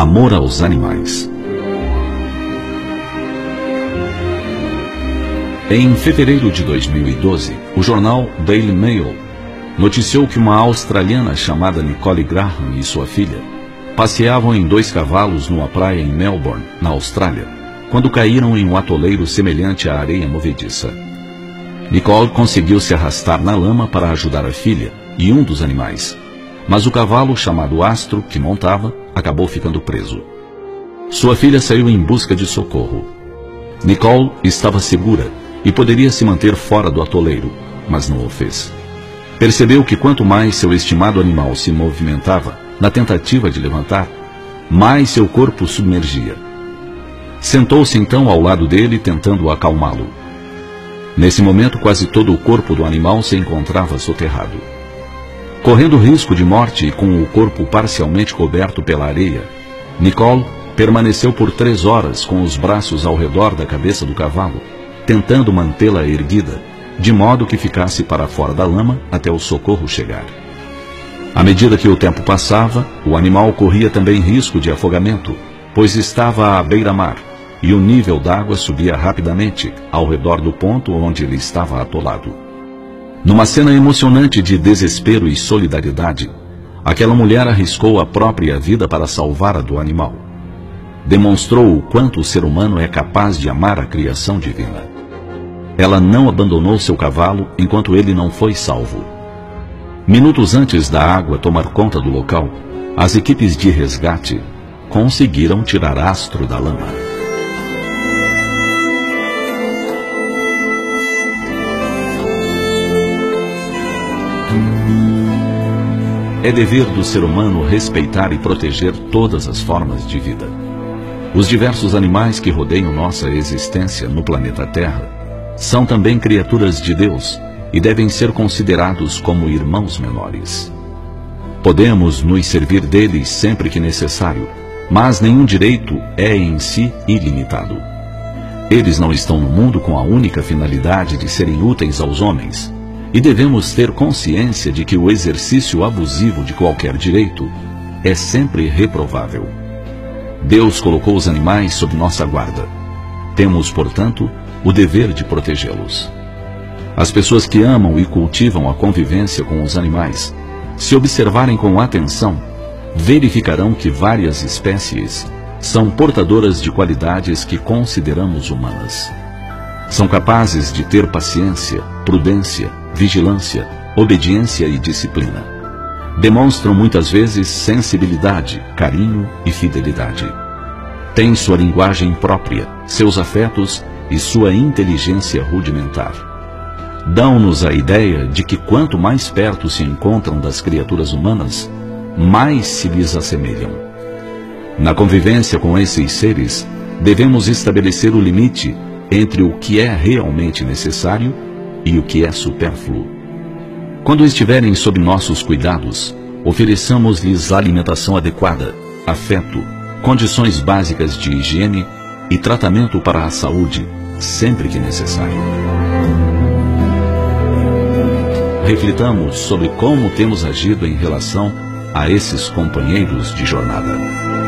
Amor aos animais. Em fevereiro de 2012, o jornal Daily Mail noticiou que uma australiana chamada Nicole Graham e sua filha passeavam em 2 cavalos numa praia em Melbourne, na Austrália, quando caíram em um atoleiro semelhante à areia movediça. Nicole conseguiu se arrastar na lama para ajudar a filha e um dos animais, mas o cavalo, chamado Astro, que montava, acabou ficando preso. Sua filha saiu em busca de socorro. Nicole estava segura e poderia se manter fora do atoleiro, mas não o fez. Percebeu que quanto mais seu estimado animal se movimentava na tentativa de levantar, mais seu corpo submergia. Sentou-se então ao lado dele, tentando acalmá-lo. Nesse momento, quase todo o corpo do animal se encontrava soterrado. Correndo risco de morte e com o corpo parcialmente coberto pela areia, Nicole permaneceu por 3 horas com os braços ao redor da cabeça do cavalo, tentando mantê-la erguida, de modo que ficasse para fora da lama até o socorro chegar. À medida que o tempo passava, o animal corria também risco de afogamento, pois estava à beira-mar, e o nível d'água subia rapidamente ao redor do ponto onde ele estava atolado. Numa cena emocionante de desespero e solidariedade, aquela mulher arriscou a própria vida para salvar a do animal. Demonstrou o quanto o ser humano é capaz de amar a criação divina. Ela não abandonou seu cavalo enquanto ele não foi salvo. Minutos antes da água tomar conta do local, as equipes de resgate conseguiram tirar Astro da lama. É dever do ser humano respeitar e proteger todas as formas de vida. Os diversos animais que rodeiam nossa existência no planeta Terra são também criaturas de Deus e devem ser considerados como irmãos menores. Podemos nos servir deles sempre que necessário, mas nenhum direito é em si ilimitado. Eles não estão no mundo com a única finalidade de serem úteis aos homens, e devemos ter consciência de que o exercício abusivo de qualquer direito é sempre reprovável. Deus colocou os animais sob nossa guarda. Temos, portanto, o dever de protegê-los. As pessoas que amam e cultivam a convivência com os animais, se observarem com atenção, verificarão que várias espécies são portadoras de qualidades que consideramos humanas. São capazes de ter paciência, prudência, vigilância, obediência e disciplina. Demonstram muitas vezes sensibilidade, carinho e fidelidade. Têm sua linguagem própria, seus afetos e sua inteligência rudimentar. Dão-nos a ideia de que quanto mais perto se encontram das criaturas humanas, mais se lhes assemelham. Na convivência com esses seres, devemos estabelecer o limite entre o que é realmente necessário e o que é supérfluo. Quando estiverem sob nossos cuidados, ofereçamos-lhes alimentação adequada, afeto, condições básicas de higiene e tratamento para a saúde, sempre que necessário. Reflitamos sobre como temos agido em relação a esses companheiros de jornada.